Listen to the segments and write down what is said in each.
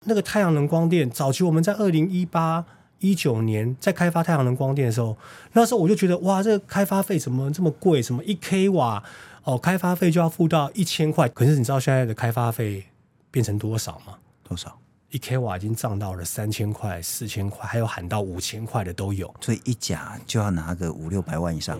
那个太阳能光电，早期我们在2018、19年在开发太阳能光电的时候，那时候我就觉得哇，这个开发费怎么这么贵？什么1 kW 开发费就要付到1000块。可是你知道现在的开发费变成多少吗？ 多少 ？1 kW 已经涨到了3000块、4000块，还有喊到5000块的都有。 所以一甲就要拿个500-600万以上。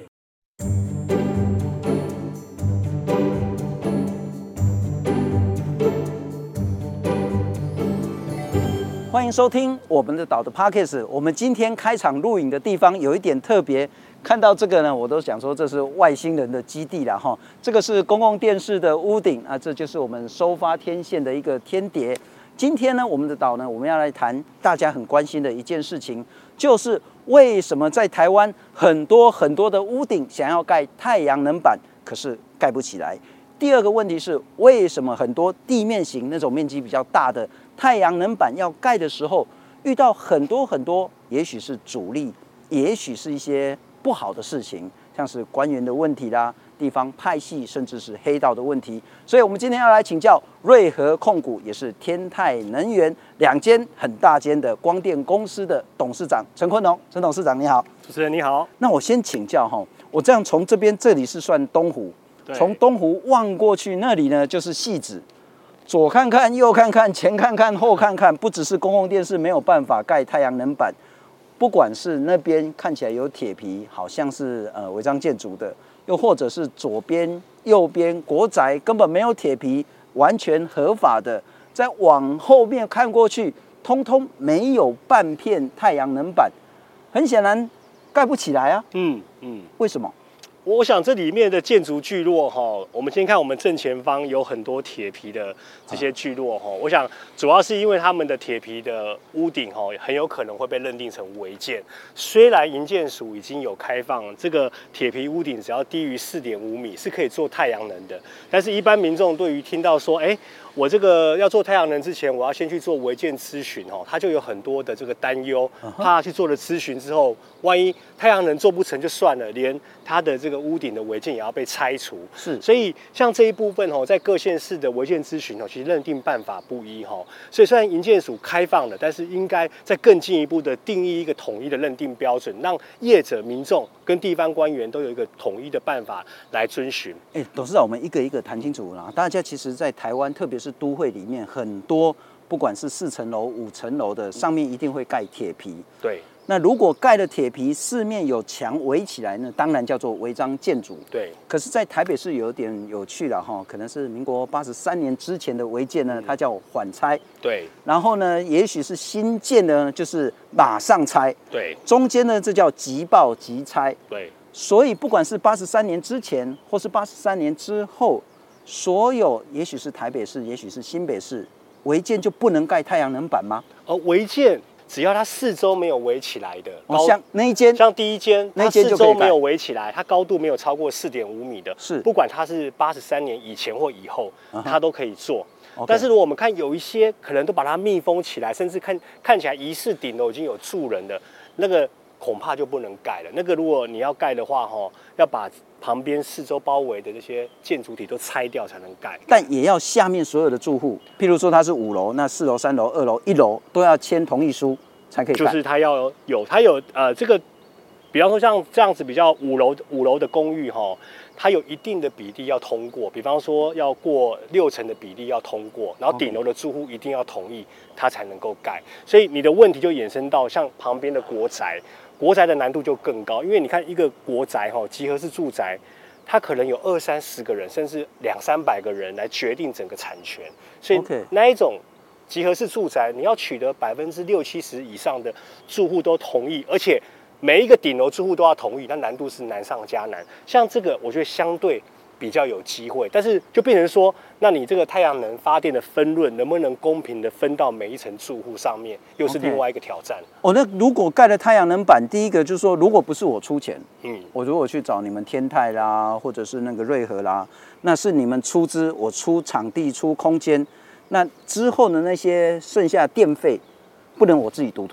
欢迎收听我们的岛的 Podcast。我们今天开场录影的地方有一点特别，看到这个呢，我都想说这是外星人的基地啦哈。这个是公共电视的屋顶啊，这就是我们收发天线的一个天碟。今天呢，我们的岛呢，我们要来谈大家很关心的一件事情，就是为什么在台湾很多的屋顶想要盖太阳能板，可是盖不起来。第二个问题是，为什么很多地面型那种面积比较大的太阳能板要盖的时候，遇到很多，也许是阻力，也许是一些不好的事情，像是官员的问题啦、地方派系，甚至是黑道的问题。所以我们今天要来请教瑞和控股，也是天泰能源2间很大间的光电公司的董事长陈坤龙。陈董事长你好。 主持人你好。 那我先请教哈，我这样从这边，这里是算东湖，从东湖望过去，那里呢就是汐止。左看看，右看看，前看看，后看看，不只是公共电视没有办法盖太阳能板，不管是那边看起来有铁皮，好像是违章建筑的，又或者是左边、右边国宅根本没有铁皮，完全合法的，再往后面看过去，通通没有半片太阳能板，很显然盖不起来啊。为什么？ 我想这里面的建筑聚落我们先看我们正前方有很多铁皮的这些聚落我想主要是因为他们的铁皮的屋顶很有可能会被认定成违建。虽然营建署已经有开放这个铁皮屋顶只要低于4.5米是可以做太阳能的，但是一般民众对于听到说我这个要做太阳能之前，我要先去做违建咨询他就有很多的这个担忧，怕去做了咨询之后，万一太阳能做不成就算了，连他的这个屋顶的违建也要被拆除。所以像这一部分在各县市的违建咨询其实认定办法不一所以虽然营建署开放了，但是应该再更进一步的定义一个统一的认定标准，让业者、民众跟地方官员都有一个统一的办法来遵循。 董事长，我们一个一个谈清楚啦。大家其实，在台湾，特别是都会里面，很多不管是4层楼、5层楼的，上面一定会盖铁皮。 对。 那如果盖的铁皮四面有墙围起来呢，当然叫做违章建筑。 对。 可是，在台北市有点有趣了哈，可能是民国83年之前的违建呢，它叫缓拆。 对。 然后呢，也许是新建的，就是马上拆。 对。 中间呢，这叫即报即拆。 对。 所以，不管是83年之前，或是83年之后，所有也许是台北市，也许是新北市，违建就不能盖太阳能板吗？ 违建只要它四周没有围起来的， 像那一间， 像第一间， 那一间它四周没有围起来，它高度没有超过4.5米的， 是不管它是83年以前或以后，它都可以做。但是如果我们看有一些可能都把它密封起来，甚至看起来疑似顶楼已经有住人的，那个恐怕就不能盖了。那个如果你要盖的话，要把旁边四周包围的这些建筑体都拆掉才能盖。 但也要下面所有的住户，譬如说它是5楼，那4楼、3楼、2楼、1楼都要签同意书才可以盖。 就是它有这个，比方说像这样子比较五楼的公寓它有一定的比例要通过，比方说要过6成的比例要通过，然后顶楼的住户一定要同意，它才能够盖。所以你的问题就衍生到像旁边的国宅的难度就更高，因为你看一个国宅集合式住宅，它可能有20-30个人，甚至200-300个人来决定整个产权，所以那一种集合式住宅，你要取得60-70%以上的住户都同意，而且每一个顶楼住户都要同意，那难度是难上加难。像这个，我觉得相对比较有机会，但是就变成说，那你这个太阳能发电的分润能不能公平的分到每一层住户上面，又是另外一个挑战。 那如果盖了太阳能板，第一个就是说，如果不是我出钱，我如果去找你们天泰啦，或者是那个瑞和啦，那是你们出资，我出场地、出空间，那之后的那些剩下电费，不能我自己独吞哦。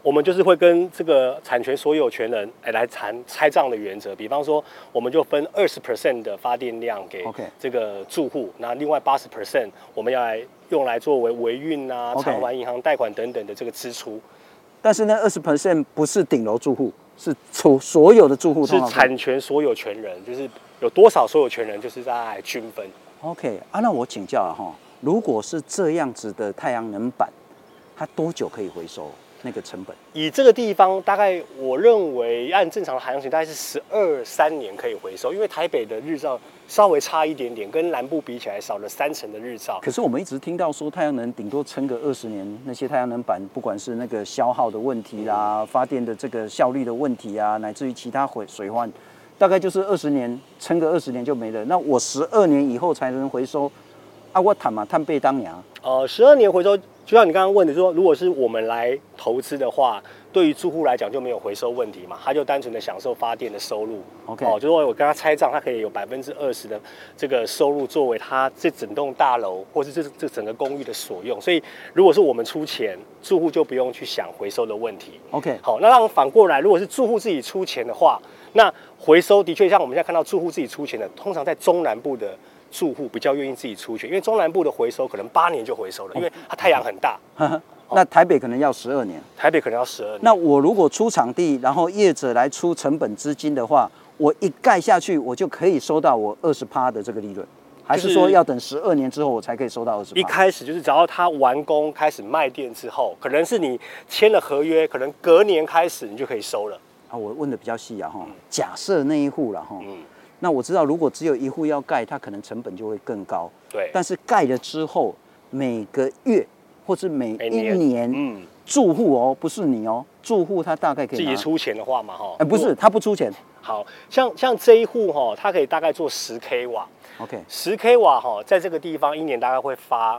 我们就是会跟这个产权所有权人来谈拆账的原则。比方说，我们就分20% 的发电量给这个住户，那另外80% 我们要来用来作为维运啊、偿还银行贷款等等的这个支出。 但是呢，20% 不是顶楼住户，是所有的住户， 是产权所有权人，就是有多少所有权人，就是在均分。 OK 啊，那我请教了哈，如果是这样子的太阳能板，它多久可以回收那个成本？ 以这个地方，大概我认为按正常的行情，大概是12-13年可以回收，因为台北的日照稍微差一点点，跟南部比起来少了30%的日照。 可是我们一直听到说太阳能顶多撑个20年，那些太阳能板不管是那个消耗的问题啦、发电的这个效率的问题啊，乃至于其他水患，大概就是20年，撑个20年就没了。那我12年以后才能回收啊，我碳被当牙。 12年回收，就像你刚刚问的说，如果是我们来投资的话，对于住户来讲就没有回收问题嘛，他就单纯的享受发电的收入。 OK， 就是说我跟他拆账，他可以有20%的这个收入作为他这整栋大楼或是这整个公寓的所用。所以如果是我们出钱，住户就不用去想回收的问题。 OK， 好，那让反过来，如果是住户自己出钱的话，那回收的确像我们现在看到住户自己出钱的，通常在中南部的住户比较愿意自己出钱，因为中南部的回收可能8年就回收了，因为它太阳很大。 那台北可能要12年， 台北可能要12年。 那我如果出场地，然后业者来出成本资金的话，我一盖下去，我就可以收到我20%的这个利润，还是说要等12年之后我才可以收到20%？ 一开始就是只要他完工开始卖电之后，可能是你签了合约，可能隔年开始你就可以收了。 啊，我问的比较细啊哈，假设那一户了哈，那我知道如果只有一户要盖，它可能成本就会更高。 对， 但是盖了之后，每个月或是每一年，住户哦，不是你哦，住户他大概可以自己出钱的话嘛哈， 不是他不出钱。 好像这一户哈，它可以大概做10K 瓦。 OK， 10K 瓦哈，在这个地方一年大概会发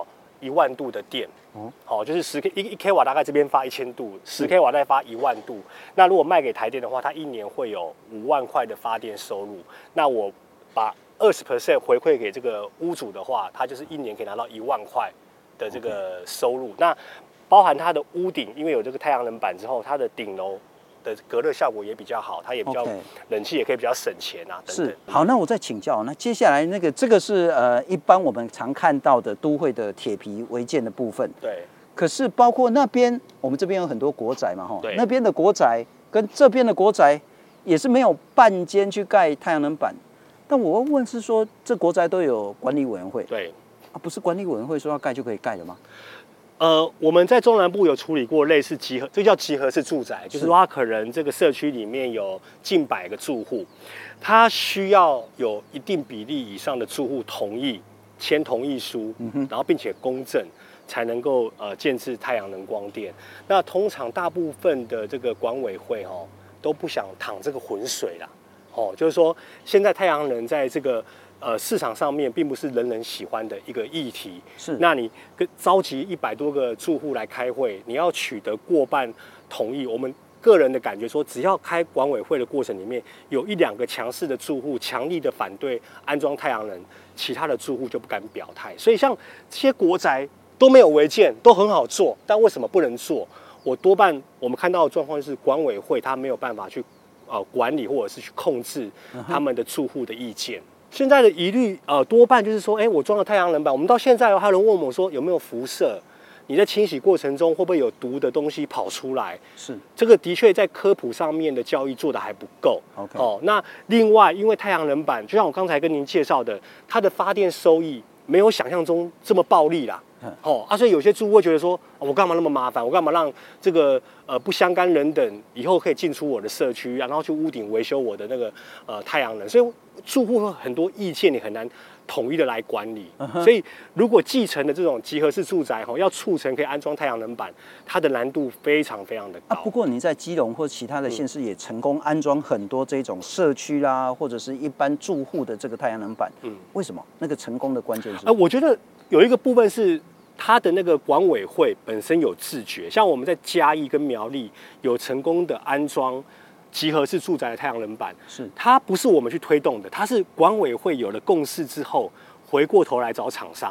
1万度的电。就是1 K 瓦大概这边发1000度，10K 瓦再发1万度。那如果卖给台电的话，它一年会有5万块的发电收入。那我把20% 回馈给这个屋主的话，他就是一年可以拿到1万块的这个收入。那包含它的屋顶，因为有这个太阳能板之后，它的顶楼的隔热效果也比较好，它也比较冷气也可以比较省钱啊等等。 是，好，那我再请教，那接下来这个是一般我们常看到的都会的铁皮违建的部分。 对。 可是包括那边，我们这边有很多国宅嘛，哈， 对， 那边的国宅跟这边的国宅也是没有半间去盖太阳能板。但我问是说，这国宅都有管理委员会， 对， 啊，不是管理委员会说要盖就可以盖的吗？ 我们在中南部有处理过类似集合，这叫集合式住宅，就是说它可能这个社区里面有近100个住户，它需要有一定比例以上的住户同意签同意书，然后并且公证，才能够建置太阳能光电。那通常大部分的这个管委会都不想淌这个浑水啦，就是说现在太阳能在这个市场上面并不是人人喜欢的一个议题。 是， 那你召集100多个住户来开会，你要取得过半同意，我们个人的感觉说，只要开管委会的过程里面有1-2个强势的住户强力的反对安装太阳能，其他的住户就不敢表态。所以像这些国宅都没有违建，都很好做，但为什么不能做？我们看到的状况是管委会他没有办法去管理或者是去控制他们的住户的意见。现在的疑虑多半就是说，我装了太阳能板，我们到现在还有人问我说有没有辐射？你在清洗过程中会不会有毒的东西跑出来？ 是， 这个的确在科普上面的教育做得还不够。 OK， 那另外，因为太阳能板，就像我刚才跟您介绍的，它的发电收益没有想象中这么暴利啦。所以有些住户会觉得说，我干嘛那么麻烦？我干嘛让这个不相干人等以后可以进出我的社区，然后去屋顶维修我的那个太阳能？所以住户有很多意见，你很难统一的来管理。所以如果继承的这种集合式住宅要促成可以安装太阳能板，它的难度非常非常的高。 不过你在基隆或其他的县市也成功安装很多这种社区啦，或者是一般住户的这个太阳能板。为什么？那个成功的关键是？ 我觉得有一个部分是它的那个管委会本身有自觉，像我们在嘉义跟苗栗有成功的安装集合式住宅的太阳能板， 是它不是我们去推动的，它是管委会有了共识之后，回过头来找厂商，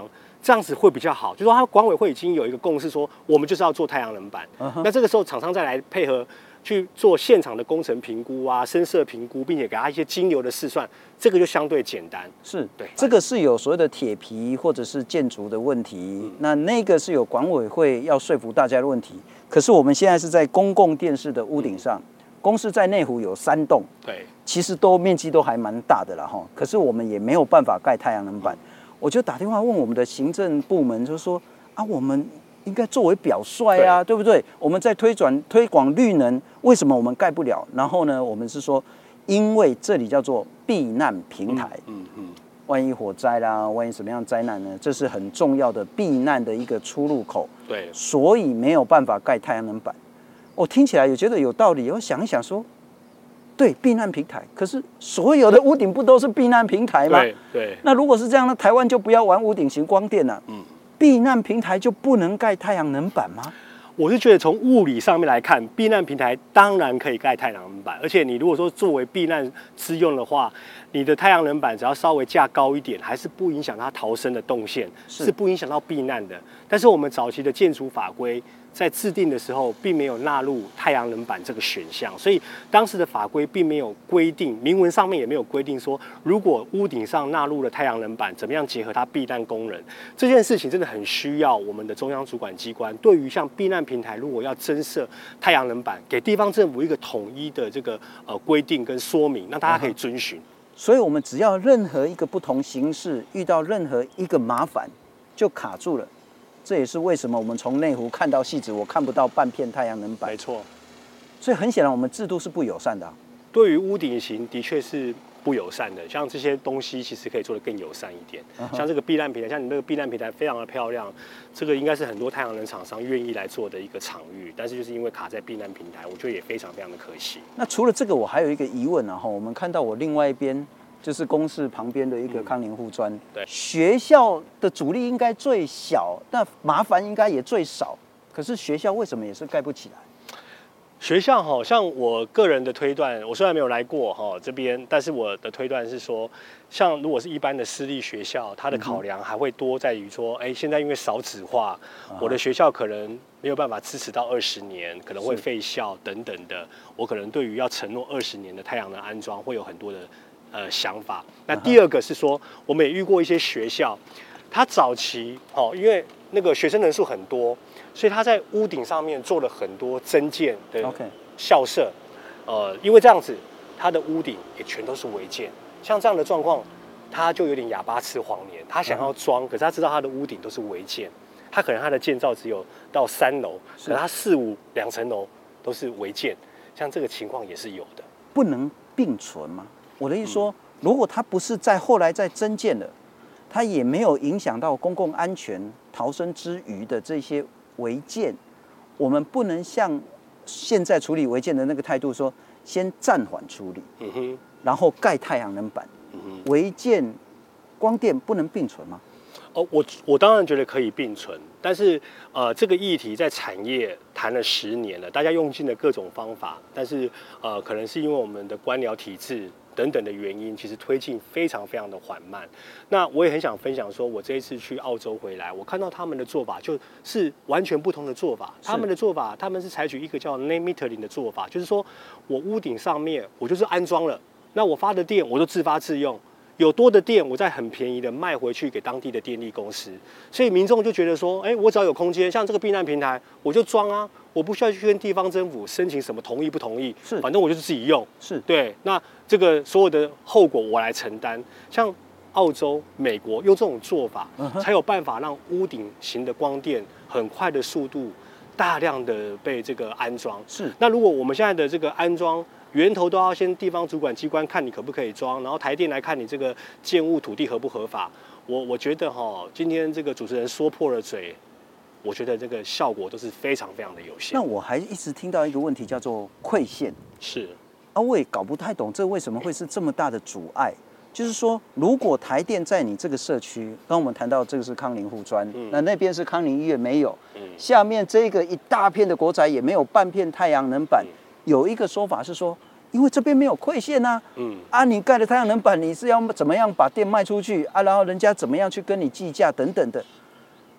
这样子会比较好。就是说，它管委会已经有一个共识，说我们就是要做太阳能板。那这个时候，厂商再来配合去做现场的工程评估啊、深色评估，并且给他一些金流的试算，这个就相对简单。 是对， 这个是有所谓的铁皮或者是建筑的问题，那个是有管委会要说服大家的问题。可是我们现在是在公共电视的屋顶上，公司在内湖有3栋， 对， 其实面积都还蛮大的啦哈。可是我们也没有办法盖太阳能板，我就打电话问我们的行政部门，就说啊，我们应该作为表率啊， 对不对？我们在推广绿能，为什么我们盖不了？然后呢，我们是说，因为这里叫做避难平台，万一火灾啦，万一什么样灾难呢？这是很重要的避难的一个出入口， 对， 所以没有办法盖太阳能板。我听起来也觉得有道理，我想一想说，对，避难平台，可是所有的屋顶不都是避难平台吗？ 对。 那如果是这样，那台湾就不要玩屋顶型光电了。避难平台就不能盖太阳能板吗？ 我是觉得从物理上面来看，避难平台当然可以盖太阳能板，而且你如果说作为避难之用的话，你的太阳能板只要稍微架高一点，还是不影响它逃生的动线，是不影响到避难的。但是我们早期的建筑法规在制定的时候，并没有纳入太阳能板这个选项，所以当时的法规并没有规定，明文上面也没有规定说，如果屋顶上纳入了太阳能板，怎么样结合它避难功能。这件事情真的很需要我们的中央主管机关，对于像避难平台，如果要增设太阳能板，给地方政府一个统一的这个规定跟说明，让大家可以遵循。 所以我们只要任何一个不同形式遇到任何一个麻烦，就卡住了。这也是为什么我们从内湖看到汐止，我看不到半片太阳能板。 没错， 所以很显然我们制度是不友善的对于屋顶型的确是不友善的，像这些东西其实可以做得更友善一点。像这个避难平台，像你那个避难平台非常的漂亮，这个应该是很多太阳能厂商愿意来做的一个场域，但是就是因为卡在避难平台，我觉得也非常非常的可惜。 那除了这个，我还有一个疑问我们看到我另外一边就是公视旁边的一个康宁护专， 对， 学校的阻力应该最小，那麻烦应该也最少，可是学校为什么也是盖不起来？ 学校像我个人的推断，我虽然没有来过这边，但是我的推断是说，像如果是一般的私立学校，它的考量还会多在于说，现在因为少子化，我的学校可能没有办法支持到20年，可能会废校等等的，我可能对于要承诺20年的太阳能安装会有很多的想法。那第二个是说，我们也遇过一些学校，它早期因为那个学生人数很多，所以他在屋顶上面做了很多增建的校舍，因为这样子，它的屋顶也全都是违建。像这样的状况，他就有点哑巴吃黄连。他想要装，可是他知道他的屋顶都是违建，他可能他的建造只有到3楼，可是他4、5、2层楼都是违建。像这个情况也是有的， 不能并存吗？我的意思说，如果他不是后来再增建的，它也没有影响到公共安全、逃生之余的这些违建，我们不能像现在处理违建的那个态度说，先暂缓处理，然后盖太阳能板，违建、光电不能并存吗？ 我当然觉得可以并存，但是这个议题在产业谈了10年了，大家用尽了各种方法，但是可能是因为我们的官僚体制等等的原因，其实推进非常非常的缓慢。那我也很想分享说，我这一次去澳洲回来，我看到他们的做法就是完全不同的做法。他们的做法，他们是采取一个叫 net metering 的做法，就是说我屋顶上面我就是安装了，那我发的电我就自发自用。有多的电，我再很便宜的卖回去给当地的电力公司，所以民众就觉得说，我只要有空间，像这个避难平台，我就装啊，我不需要去跟地方政府申请什么同意不同意，反正我就是自己用，对，那这个所有的后果我来承担。像澳洲、美国用这种做法，才有办法让屋顶型的光电很快的速度大量的被这个安装。那如果我们现在的这个安装源头都要先地方主管机关看你可不可以装，然后台电来看你这个建物土地合不合法。我觉得今天这个主持人说破了嘴，我觉得这个效果都是非常非常的有限。 那我还一直听到一个问题叫做馈线，我也搞不太懂这为什么会是这么大的阻碍。就是说，如果台电在你这个社区，刚我们谈到这个是康宁护专，那边是康宁医院没有，下面这个一大片的国宅也没有半片太阳能板。有一个说法是说，因为这边没有馈线你盖的太阳能板，你是要怎么样把电卖出去然后人家怎么样去跟你计价等等的。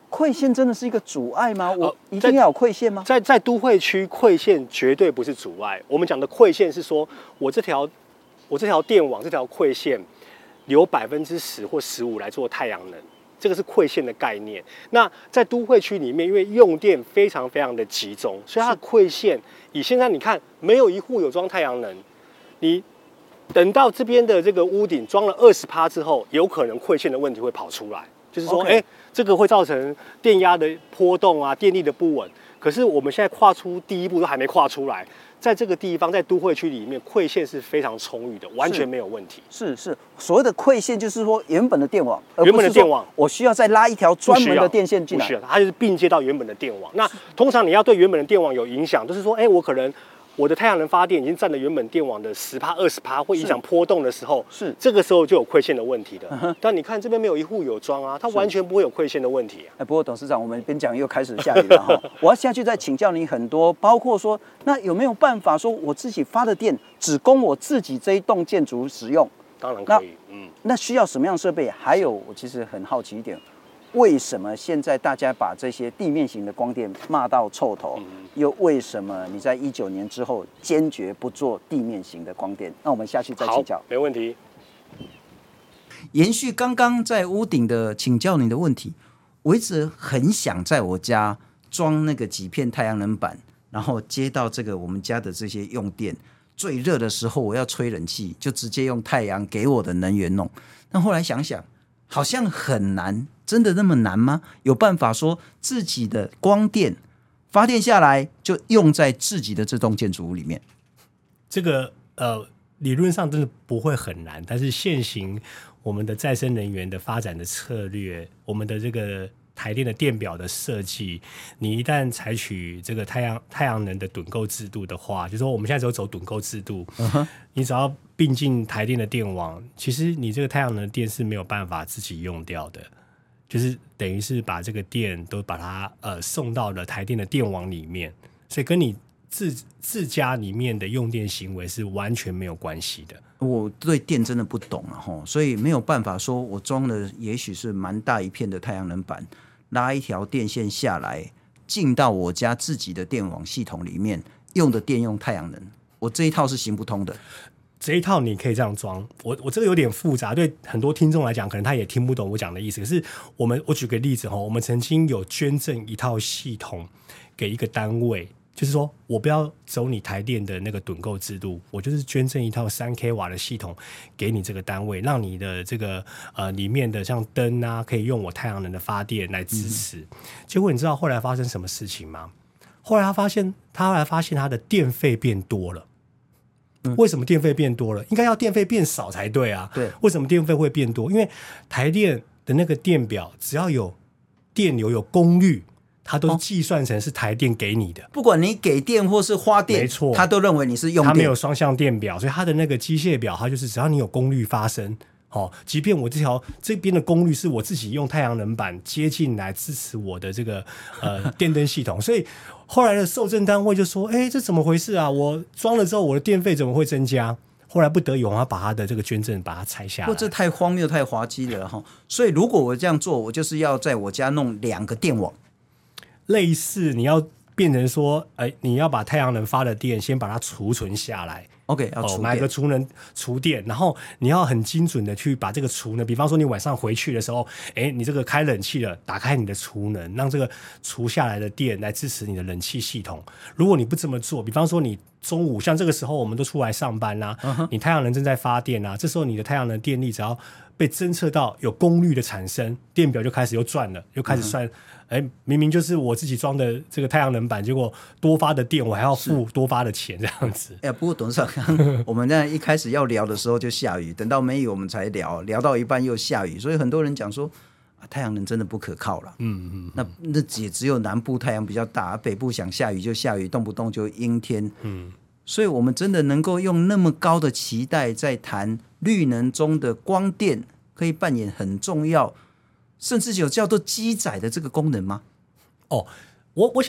馈线真的是一个阻碍吗？我一定要有馈线吗？ 在都会区，馈线绝对不是阻碍。我们讲的馈线是说，我这条电网这条馈线留10%或15%来做太阳能，这个是馈线的概念。那在都会区里面，因为用电非常非常的集中，所以它的馈线以现在你看，没有一户有装太阳能，你等到这边的这个屋顶装了20%之后，有可能馈线的问题会跑出来，就是说，这个会造成电压的波动啊，电力的不稳。可是我们现在跨出第一步都还没跨出来，在这个地方，在都会区里面，馈线是非常充裕的，完全没有问题。 是，所谓的馈线就是说原本的电网， 原本的电网， 我需要再拉一条专门的电线进来， 不需要，它就是并接到原本的电网。那通常你要对原本的电网有影响，就是说，我可能我的太阳能发电已经占了原本电网的10%、20%，会影响波动的时候， 是这个时候就有馈线的问题的。但你看这边没有一户有装啊，它完全不会有馈线的问题啊。 不过董事长，我们边讲又开始下雨了哈，我要下去再请教你很多，包括说，那有没有办法说我自己发的电只供我自己这一栋建筑使用？ 当然可以， 那需要什么样的设备？还有，我其实很好奇一点。为什么现在大家把这些地面型的光电骂到臭头？又为什么你在19年之后坚决不做地面型的光电？那我们下去再请教。 没问题。 延续刚刚在屋顶的请教你的问题，我一直很想在我家装那个几片太阳能板，然后接到这个我们家的这些用电。最热的时候我要吹冷气，就直接用太阳给我的能源弄。但后来想想，好像很难。真的那么难吗？有办法说自己的光电发电下来就用在自己的这栋建筑物里面？ 这个理论上真的不会很难，但是现行我们的再生能源的发展的策略，我们的这个台电的电表的设计，你一旦采取这个太阳能的趸购制度的话，就是说我们现在只有走趸购制度，你只要并进台电的电网，其实你这个太阳能的电是没有办法自己用掉的。就是等于是把这个电都把它送到了台电的电网里面，所以跟你自家里面的用电行为是完全没有关系的。 我对电真的不懂啊，所以没有办法说我装了也许是蛮大一片的太阳能板，拉一条电线下来进到我家自己的电网系统里面，用的电用太阳能，我这一套是行不通的。 这一套你可以这样装，我这个有点复杂，对很多听众来讲可能他也听不懂我讲的意思。可是我举个例子，我们曾经有捐赠一套系统给一个单位，就是说我不要走你台电的那个趸购制度，我就是捐赠一套3K 瓦的系统给你这个单位，让你的这个里面的像灯啊可以用我太阳能的发电来支持。结果你知道后来发生什么事情吗？后来他发现他的电费变多了。为什么电费变多了？应该要电费变少才对啊。 对， 为什么电费会变多？因为台电的那个电表只要有电流有功率，它都计算成是台电给你的。 不管你给电或是花电， 没错， 它都认为你是用电。 它没有双向电表，所以它的那个机械表，它就是只要你有功率发生。即便我这边的功率是我自己用太阳能板接进来支持我的这个电灯系统，所以后来的受赠单位就说：“这怎么回事啊？我装了之后，我的电费怎么会增加？”后来不得已，我要把他的这个捐赠把它拆下来。 这太荒谬、太滑稽了哈！所以如果我这样做，我就是要在我家弄2个电网， 类似你要变成说，你要把太阳能发的电先把它储存下来。 OK， 要储电， 买个储电，然后你要很精准的去把这个储能，比方说你晚上回去的时候，你这个开冷气了，打开你的储能，让这个储下来的电来支持你的冷气系统。如果你不这么做，比方说你中午像这个时候我们都出来上班啦，你太阳能正在发电啊，这时候你的太阳能电力只要被侦测到有功率的产生，电表就开始又转了，又开始算。明明就是我自己装的这个太阳能板，结果多发的电我还要付多发的钱，这样子。 不过董事长，我们一开始要聊的时候就下雨，等到没雨我们才聊到一半又下雨，所以很多人讲说太阳能真的不可靠了。那也只有南部太阳比较大，北部想下雨就下雨，动不动就阴天。所以我们真的能够用那么高的期待在谈绿能中的光电可以扮演很重要，甚至有叫做机载的这个功能吗？ 我想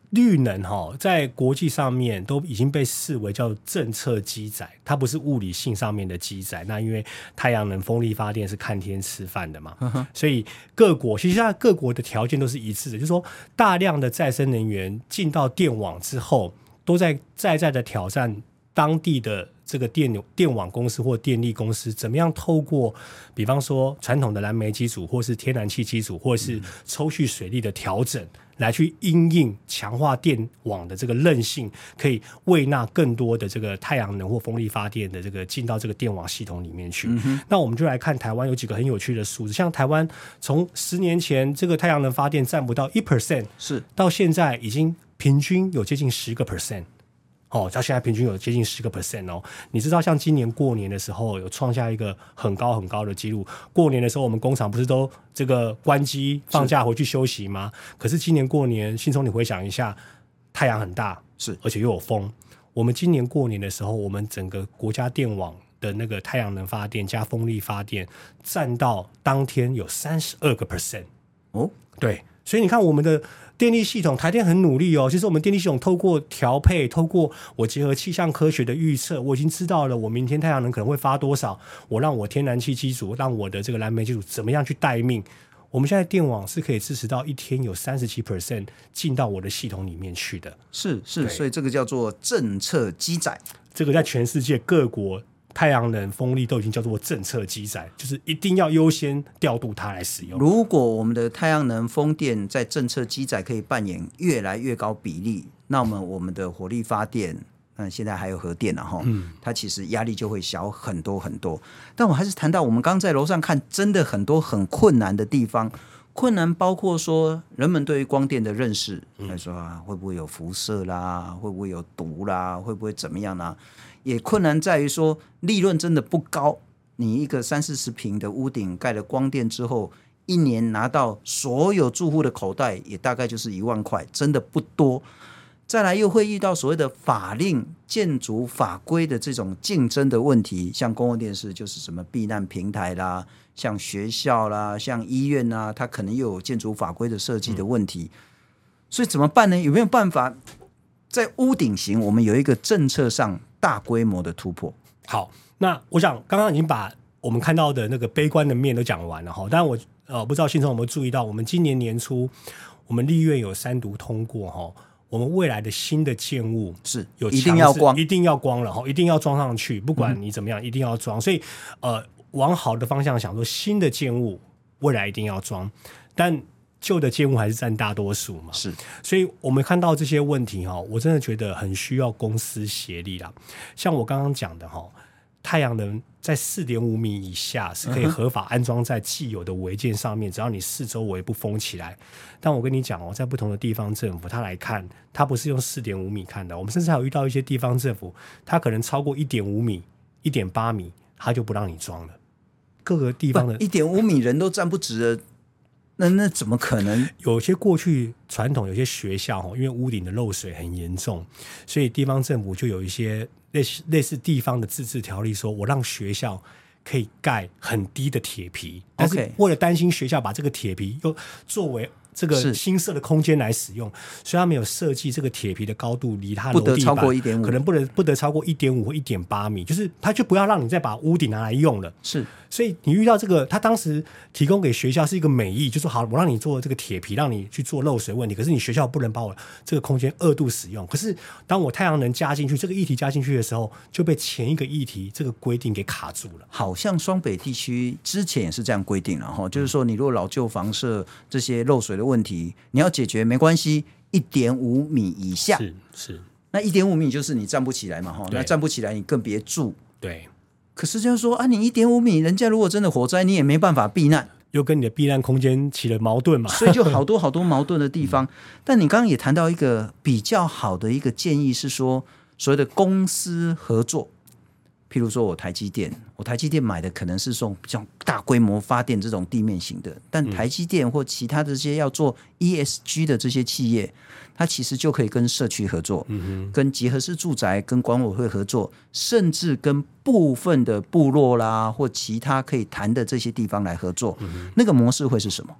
绿能在国际上面都已经被视为叫政策机载，它不是物理性上面的机载。那因为太阳能、风力发电是看天吃饭的嘛，所以各国其实现在各国的条件都是一致的，就是说大量的再生能源进到电网之后，都在的挑战当地的这个电网公司或电力公司怎么样透过比方说传统的燃煤机组或是天然气机组或是抽蓄水力的调整，来去因应强化电网的这个韧性，可以喂纳更多的这个太阳能或风力发电的这个进到这个电网系统里面去。那我们就来看台湾有几个很有趣的数字，像台湾从10年前这个太阳能发电占不到 1%， 是到现在已经平均有接近10%。到现在平均有接近10%哦。你知道像今年过年的时候有创下一个很高很高的记录，过年的时候我们工厂不是都这个关机放假回去休息吗？可是今年过年，信聪你回想一下，太阳很大， 是， 而且又有风。我们今年过年的时候，我们整个国家电网的那个太阳能发电加风力发电占到当天有32%。 哦， 对，所以你看我们的电力系统，台电很努力哦。其实我们电力系统透过调配，透过我结合气象科学的预测，我已经知道了我明天太阳能可能会发多少，我让我天然气机组，让我的这个燃煤机组怎么样去待命。我们现在电网是可以支持到一天有37% 进到我的系统里面去的。 是，所以这个叫做政策机载。 这个在全世界各国太阳能、风力都已经叫做政策机载，就是一定要优先调度它来使用。 如果我们的太阳能、风电在政策机载可以扮演越来越高比例，那么我们的火力发电，现在还有核电它其实压力就会小很多很多。但我还是谈到我们刚在楼上看，真的很多很困难的地方。困难包括说人们对于光电的认识，说会不会有辐射啦，会不会有毒啦，会不会怎么样啦？也困难在于说利润真的不高，你一个30-40坪的屋顶盖了光电之后，一年拿到所有住户的口袋也大概就是1万块，真的不多。再来又会遇到所谓的法令、建筑法规的这种竞争的问题，像公共电视就是什么避难平台啦，像学校啦，像医院啦，它可能又有建筑法规的设计的问题。所以怎么办呢？有没有办法在屋顶型我们有一个政策上大规模的突破？ 好，那我想刚刚已经把我们看到的那个悲观的面都讲完了哈。当然我不知道信聪有没有注意到，我们今年年初我们立院有3读通过哈，我们未来的新的建物是有一定要光， 一定要光了哈，一定要装上去，不管你怎么样，一定要装。所以往好的方向想说，新的建物未来一定要装，但旧的建物还是占大多数嘛， 是， 所以我们看到这些问题我真的觉得很需要公私协力啦。像我刚刚讲的太阳能在4.5米以下是可以合法安装在既有的违建上面，只要你四周围不封起来。但我跟你讲在不同的地方政府他来看，他不是用4.5米看的，我们甚至还有遇到一些地方政府，他可能超过1.5米、1.8米，他就不让你装了。各个地方的 1.5米人都站不直了。那怎么可能？ 有些过去传统有些学校因为屋顶的漏水很严重，所以地方政府就有一些类似地方的自治条例，说我让学校可以盖很低的铁皮，但是为了担心学校把这个铁皮又作为这个新设的空间来使用，所以他们有设计这个铁皮的高度离它楼地板不得超过1.5， 可能不得超过1.5或1.8米，就是他就不要让你再把屋顶拿来用了。 是， 所以你遇到这个，他当时提供给学校是一个美意，就说好，我让你做这个铁皮，让你去做漏水问题，可是你学校不能把我这个空间2度使用。可是当我太阳能加进去，这个议题加进去的时候，就被前一个议题这个规定给卡住了。 好像双北地区之前也是这样规定了就是说你如果老旧房舍这些漏水的问题你要解决没关系，1.5米以下是那1.5米就是你站不起来嘛那站不起来你更别住。 对， 可是就是说你1.5米，人家如果真的火灾你也没办法避难， 又跟你的避难空间起了矛盾嘛， 所以就好多好多矛盾的地方但你刚刚也谈到一个比较好的一个建议是说所谓的公私合作，譬如说我台积电买的可能是这种比较大规模发电这种地面型的，但台积电或其他的这些要做 ESG 的这些企业，它其实就可以跟社区合作，跟集合式住宅跟管委会合作，甚至跟部分的部落啦或其他可以谈的这些地方来合作，那个模式会是什么？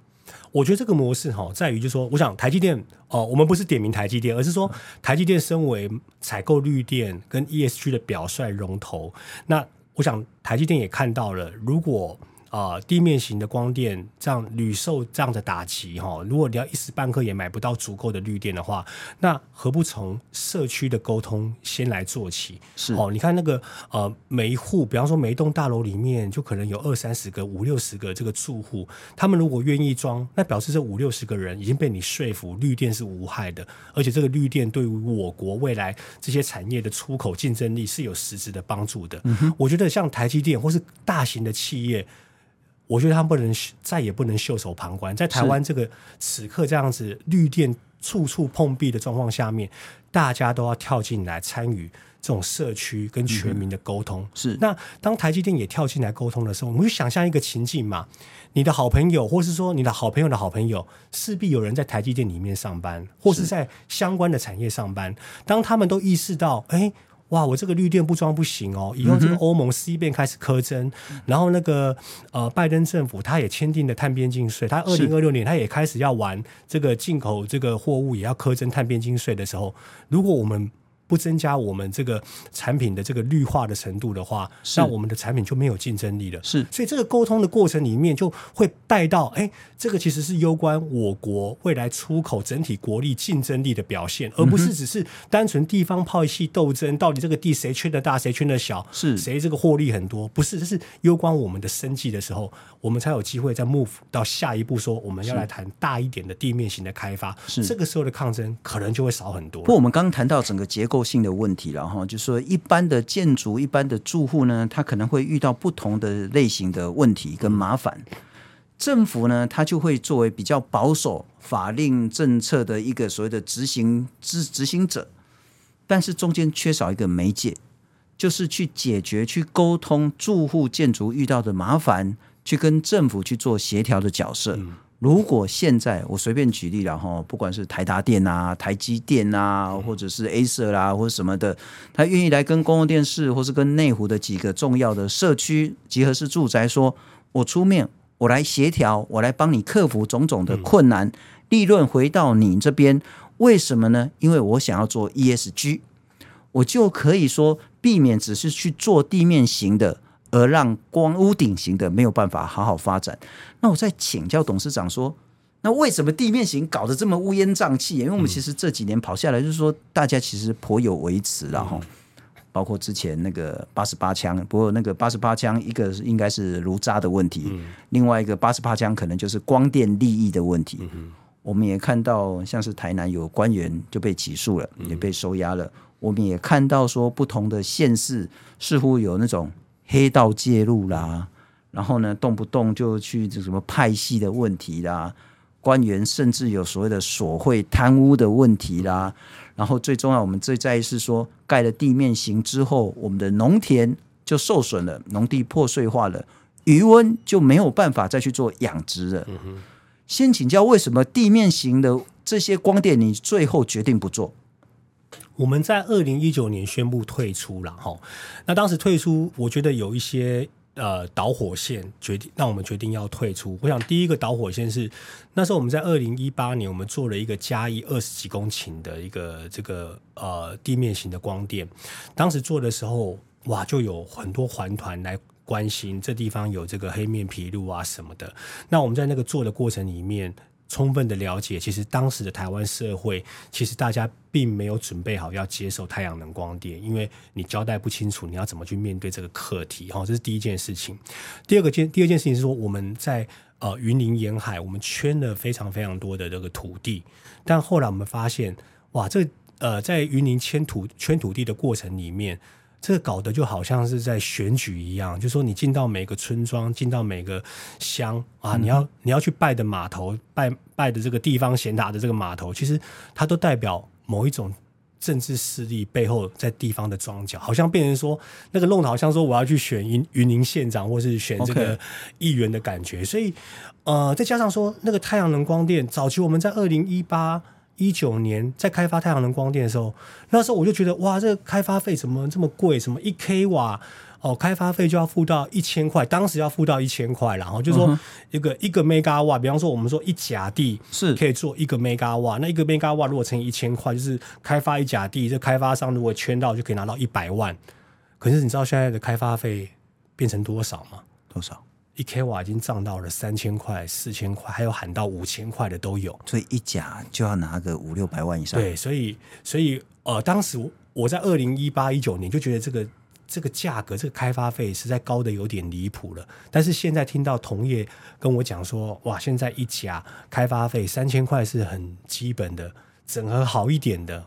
我觉得这个模式在于就是说，我想台积电我们不是点名台积电，而是说台积电身为采购绿电跟 ESG 的表率龙头，那我想台积电也看到了，如果地面型的光电这样屡受这样的打击如果你要一时半刻也买不到足够的绿电的话，那何不从社区的沟通先来做起？ 是你看那个每一户，比方说每一栋大楼里面就可能有20-30个、50-60个这个住户，他们如果愿意装，那表示这50-60个人已经被你说服绿电是无害的，而且这个绿电对于我国未来这些产业的出口竞争力是有实质的帮助的。我觉得像台积电或是大型的企业，我觉得他们再也不能袖手旁观。在台湾这个此刻这样子绿电处处碰壁的状况下面，大家都要跳进来参与这种社区跟全民的沟通。 是那当台积电也跳进来沟通的时候，我们就想象一个情境嘛，你的好朋友或是说你的好朋友的好朋友，势必有人在台积电里面上班，或是在相关的产业上班。当他们都意识到哇，我这个绿电不装不行哦！以后这个欧盟CBAM开始苛征，然后那个拜登政府他也签订了碳边境税，他2026年他也开始要玩这个进口这个货物也要苛征碳边境税的时候，如果我们不增加我们这个产品的这个绿化的程度的话，那我们的产品就没有竞争力了。 是， 所以这个沟通的过程里面就会带到，这个其实是攸关我国未来出口整体国力竞争力的表现，而不是只是单纯地方派系斗争，到底这个地谁圈的大谁圈的小， 是谁这个获利很多，不是，这是攸关我们的生计的时候，我们才有机会再 move 到下一步，说我们要来谈大一点的地面型的开发，这个时候的抗争可能就会少很多。 不过我们刚刚谈到整个结构性的问题了哈，就是说一般的建筑、一般的住户呢，他可能会遇到不同的类型的问题跟麻烦。政府呢，它就会作为比较保守法令政策的一个所谓的执行者，但是中间缺少一个媒介，就是去解决、去沟通住户建筑遇到的麻烦，去跟政府去做协调的角色。如果现在我随便举例了哈，不管是台达电啊、台积电啊，或者是 Acer 啦，或者什么的，他愿意来跟公共电视，或是跟内湖的几个重要的社区集合式住宅说，我出面，我来协调，我来帮你克服种种的困难，利润回到你这边。为什么呢？因为我想要做 ESG， 我就可以说避免只是去做地面型的，而让屋顶型的没有办法好好发展。那我再请教董事长说，那为什么地面型搞得这么乌烟瘴气？因为我们其实这几年跑下来，就是说大家其实颇有微词了哈。包括之前那个88枪，不过那个88枪一个应该是炉渣的问题，另外一个88枪可能就是光电利益的问题。我们也看到像是台南有官员就被起诉了，也被收押了。我们也看到说不同的县市似乎有那种黑道介入啦，然后呢动不动就去什么派系的问题啦，官员甚至有所谓的索贿贪污的问题啦，然后最重要我们最在意是说盖了地面型之后，我们的农田就受损了，农地破碎化了，渔温就没有办法再去做养殖了。先请教为什么地面型的这些光电你最后决定不做？ 我们在2019年宣布退出了哈，那当时退出，我觉得有一些导火线让我们决定要退出。我想第一个导火线是那时候我们在2018年我们做了一个嘉义20几公顷的一个这个地面型的光电，当时做的时候哇，就有很多环团来关心这地方有这个黑面琵鹭啊什么的。那我们在那个做的过程里面，充分的了解，其实当时的台湾社会，其实大家并没有准备好要接受太阳能光电，因为你交代不清楚你要怎么去面对这个课题，这是第一件事情。第二件事情是说，我们在云林沿海，我们圈了非常非常多的这个土地，但后来我们发现，哇，在云林圈土地的过程里面，这个搞得就好像是在选举一样，就是说你进到每个村庄，进到每个乡啊，你要去拜的码头，拜的这个地方贤达的这个码头，其实它都代表某一种政治势力背后在地方的庄脚，好像变成说那个弄得好像说我要去选云林县长或是选这个议员的感觉。所以再加上说那个太阳能光电，早期我们在2018-19年在开发太阳能光电的时候，那时候我就觉得哇，这个开发费怎么这么贵？什么1 kW 开发费就要付到1000块，当时要付到1000块，然后就是说一个 mega 瓦，比方说我们说一甲地是可以做1个 mega 瓦，那1个 mega 瓦如果乘以1000块，就是开发一甲地，这开发商如果圈到就可以拿到100万。可是你知道现在的开发费变成多少吗？ 多少 ？1k 瓦已经涨到了3000块、4000块，还有喊到5000块的都有。 所以一甲就要拿个500-600万以上。 对，所以当时我在2018-19年就觉得这个价格，这个开发费实在高的有点离谱了。但是现在听到同业跟我讲说，哇，现在一甲开发费3000块是很基本的，整合好一点的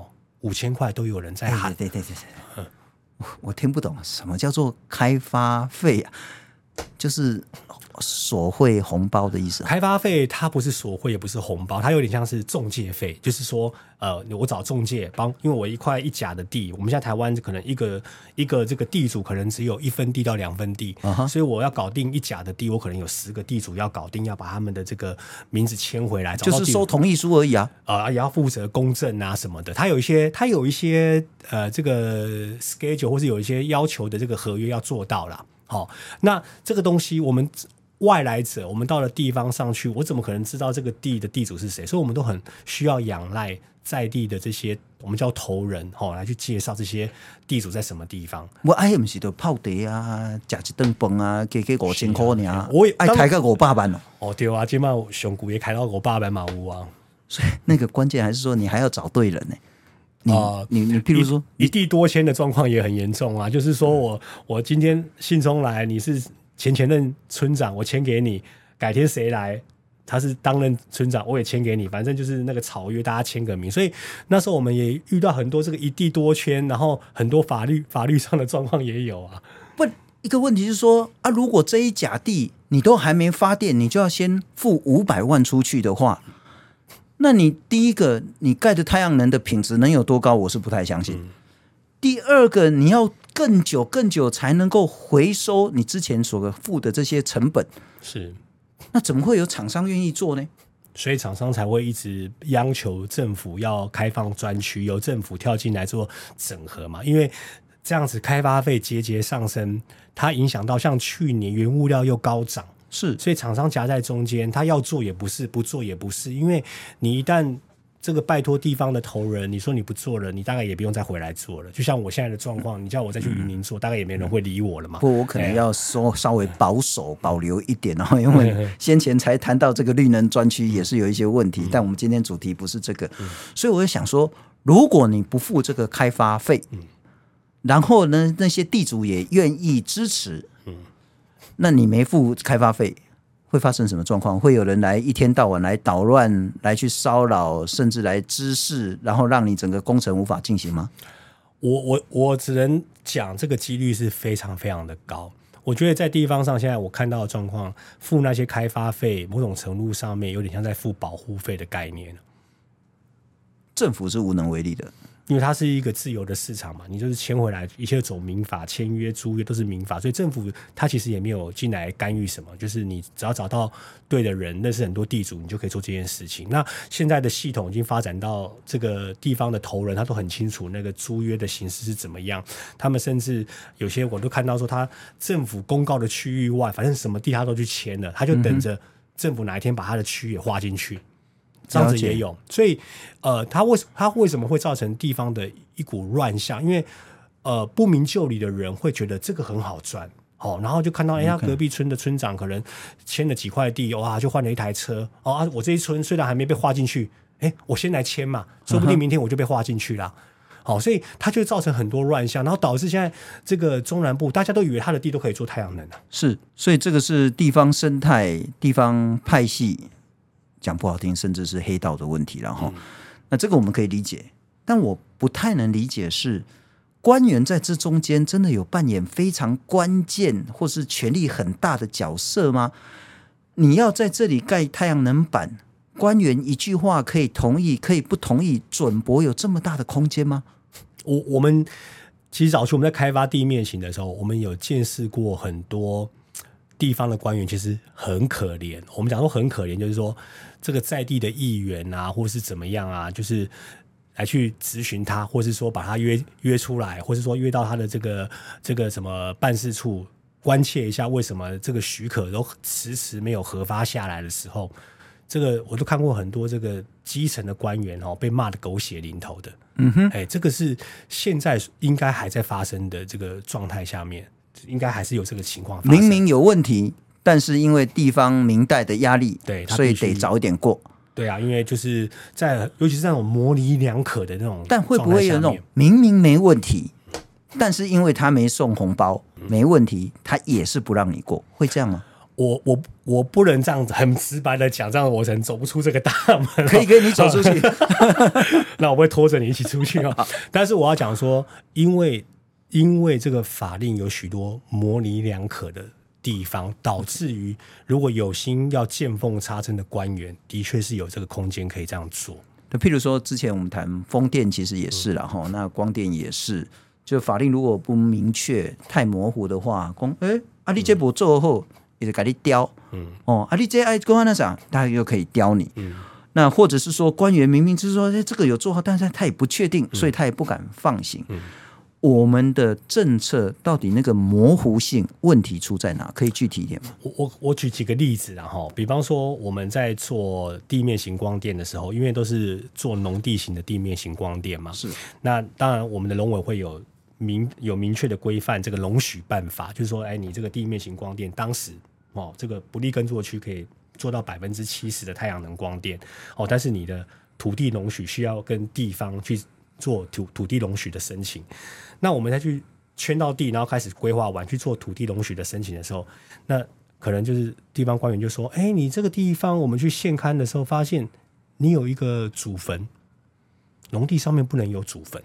5000块都有人在喊。 对，我听不懂什么叫做开发费啊？就是索贿红包的意思。 开发费它不是索贿，也不是红包，它有点像是中介费，就是说我找中介帮，因为我一甲的地，我们现在台湾可能一个这个地主可能只有1分地到2分地，所以我要搞定一甲的地，我可能有10个地主要搞定，要把他们的这个名字签回来， 就是收同意书而已啊， 也要负责公证啊什么的。它有一些这个 schedule 或是有一些要求的这个合约要做到啦。那这个东西我们外来者，我们到了地方上去，我怎么可能知道这个地的地主是谁？所以我们都很需要仰赖在地的这些我们叫头人来去介绍这些地主在什么地方。 我不是就泡茶啊，吃一顿饭啊，给5000块呢， 我也爱开个500万哦。对啊，今晚上古也开到500万嘛有啊。 所以那个关键还是说你还要找对人呢。你譬如说一地多迁的状况也很严重啊，就是说我今天信聪来，你是前任村长，我签给你，改天谁来他是当任村长，我也签给你，反正就是那个草约大家签个名。所以那时候我们也遇到很多这个一地多迁，然后很多法律上的状况也有啊。 不，一个问题是说啊，如果这一甲地你都还没发电，你就要先付500万出去的话，那你第一个，你盖的太阳能的品质能有多高？我是不太相信。第二个，你要更久才能够回收你之前所付的这些成本。 是， 那怎么会有厂商愿意做呢？ 所以厂商才会一直央求政府要开放专区，由政府跳进来做整合嘛。因为这样子开发费节节上升，它影响到像去年原物料又高涨。 是， 所以厂商夹在中间，他要做也不是，不做也不是，因为你一旦这个拜托地方的头人，你说你不做了，你大概也不用再回来做了。就像我现在的状况，你叫我再去云林做，大概也没人会理我了嘛。 不，我可能要稍微保留一点，然后因为先前才谈到这个绿能专区也是有一些问题，但我们今天主题不是这个，所以我就想说，如果你不付这个开发费，然后呢那些地主也愿意支持，那你没付开发费，会发生什么状况？会有人来一天到晚来捣乱，来去骚扰，甚至来滋事，然后让你整个工程无法进行吗？ 我只能讲这个几率是非常非常的高。我觉得在地方上，现在我看到的状况，付那些开发费，某种程度上面有点像在付保护费的概念。 政府是无能为力的。 因为它是一个自由的市场嘛，你就是签回来，一切走民法，签约、租约都是民法，所以政府它其实也没有进来干预什么，就是你只要找到对的人，认识很多地主，你就可以做这件事情。那现在的系统已经发展到这个地方的头人，他都很清楚那个租约的形式是怎么样，他们甚至有些我都看到说，他政府公告的区域外，反正什么地他都去签了，他就等着政府哪一天把他的区也划进去。这样子也有，所以他为什么会造成地方的一股乱象？因为不明就里的人会觉得这个很好赚，然后就看到他隔壁村的村长可能签了几块地，哇，就换了一台车，我这一村虽然还没被划进去，我先来签嘛，说不定明天我就被划进去了。所以它就造成很多乱象，然后导致现在这个中南部大家都以为他的地都可以做太阳能啊。 是，所以这个是地方生态、地方派系。讲不好听，甚至是黑道的问题了哈。那这个我们可以理解，但我不太能理解是官员在这中间真的有扮演非常关键或是权力很大的角色吗？你要在这里盖太阳能板，官员一句话可以同意，可以不同意，准驳有这么大的空间吗？ 我们其实早期我们在开发地面型的时候，我们有见识过很多地方的官员，其实很可怜。我们讲说很可怜，就是说这个在地的议员啊，或是怎么样啊，就是来去咨询他，或是说把他约出来，或是说约到他的这个什么办事处，关切一下为什么这个许可都迟迟没有核发下来的时候，这个我都看过很多这个基层的官员被骂得狗血淋头的。这个是现在应该还在发生的这个状态下面，应该还是有这个情况发生。 明明有问题，但是因为地方民代的压力， 对， 所以得早一点过。 对啊，因为就是尤其是那种模棱两可的那种， 但会不会有那种明明没问题，但是因为他没送红包，没问题，他也是不让你过，会这样吗？ 我不能这样子很直白的讲，这样我可能走不出这个大门。 可以跟你走出去， 那我会拖着你一起出去但是我要讲说，因为这个法令有许多模棱两可的地方，导致于如果有心要见缝插针的官员，的确是有这个空间可以这样做。 譬如说，之前我们谈风电其实也是啦，那光电也是，就法令如果不明确、太模糊的话，你这不做后。也就给你刁，你这爱公安那啥，他又可以刁你，那或者是说官员明明就是说，这个有做好，但是他也不确定，所以他也不敢放行。我们的政策到底那个模糊性问题出在哪？可以具体一点吗？ 我举几个例子啦，比方说我们在做地面型光电的时候，因为都是做农地型的地面型光电嘛， 是。 那当然我们的农委会有明确的规范这个容许办法，就是说，你这个地面型光电当时这个不利耕作区可以做到70%的太阳能光电但是你的土地容许需要跟地方去做土地容许的申请。那我们再去圈到地，然后开始规划完去做土地容许的申请的时候，那可能就是地方官员就说：“你这个地方我们去现勘的时候发现你有一个祖坟，农地上面不能有祖坟。”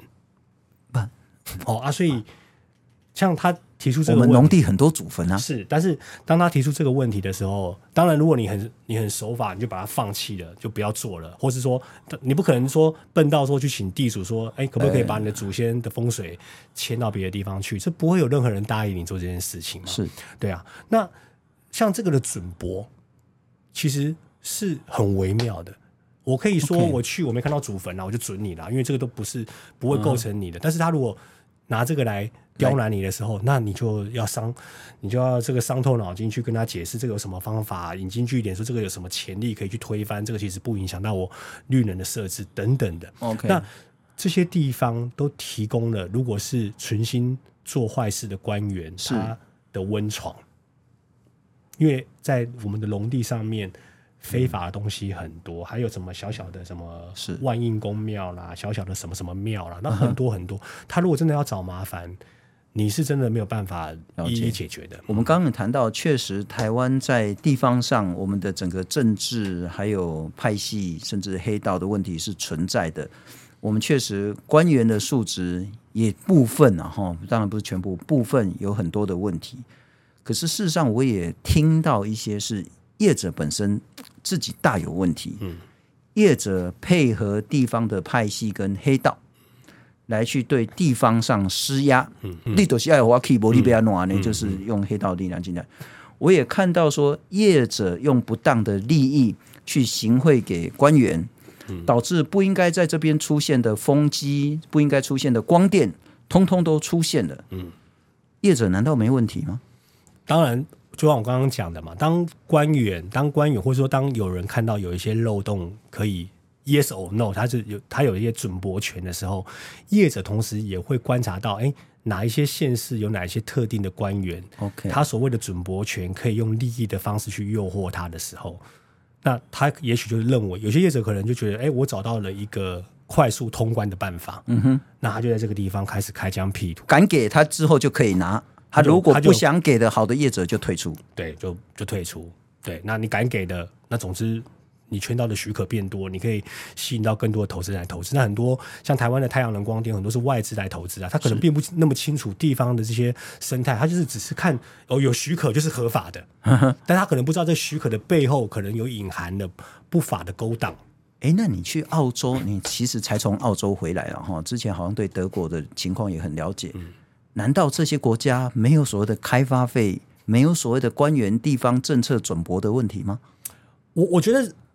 所以像他提出这个问题， 我们农地很多祖坟啊， 是，但是当他提出这个问题的时候，当然如果你很守法，你就把它放弃了，就不要做了，或是说你不可能说笨到说去请地主说，可不可以把你的祖先的风水迁到别的地方去？这不会有任何人答应你做这件事情嘛？ 是， 对啊。那像这个的准驳，其实是很微妙的。我可以说我没看到祖坟我就准你啦，因为这个都不会构成你的。但是他如果拿这个来刁难你的时候，那你就要这个伤透脑筋去跟他解释这个有什么方法，引经据典说这个有什么潜力可以去推翻，这个其实不影响到我绿能的设置等等的。那这些地方都提供了，如果是存心做坏事的官员他的温床，因为在我们的农地上面。非法的东西很多，还有什么小小的什么万应公庙啦，小小的什么什么庙啦，那很多很多。他如果真的要找麻烦，你是真的没有办法一一解决的。 我们刚刚谈到，确实台湾在地方上，我们的整个政治还有派系甚至黑道的问题是存在的。我们确实官员的素质也部分当然不是全部，部分有很多的问题。可是事实上，我也听到一些是业者本身自己大有问题，业者配合地方的派系跟黑道来去对地方上施压，你就是要我去，不你不要弄呢，就是用黑道力量进来。我也看到说，业者用不当的利益去行贿给官员，导致不应该在这边出现的风机、不应该出现的光电，通通都出现了。业者难道没问题吗？ 当然。就像我刚刚讲的嘛，当官员或者说当有人看到有一些漏洞可以 yes or no， 他有一些准驳权的时候，业者同时也会观察到，哪一些县市有哪一些特定的官员，他所谓的准驳权可以用利益的方式去诱惑他的时候，那他也许就是认为有些业者可能就觉得，我找到了一个快速通关的办法，那他就在这个地方开始开疆辟土， 敢给他之后就可以拿。他如果不想给的，好的业者就退出， 对，就退出。对，那你敢给的，那总之你圈到的许可变多，你可以吸引到更多的投资人来投资。那很多像台湾的太阳能光电，很多是外资来投资啊，他可能并不那么清楚地方的这些生态，他就是只是看有许可就是合法的，但他可能不知道这许可的背后可能有隐含的不法的勾当。 那你去澳洲，你其实才从澳洲回来了哈，之前好像对德国的情况也很了解。难道这些国家没有所谓的开发费，没有所谓的官员地方政策准驳的问题吗？ 我觉得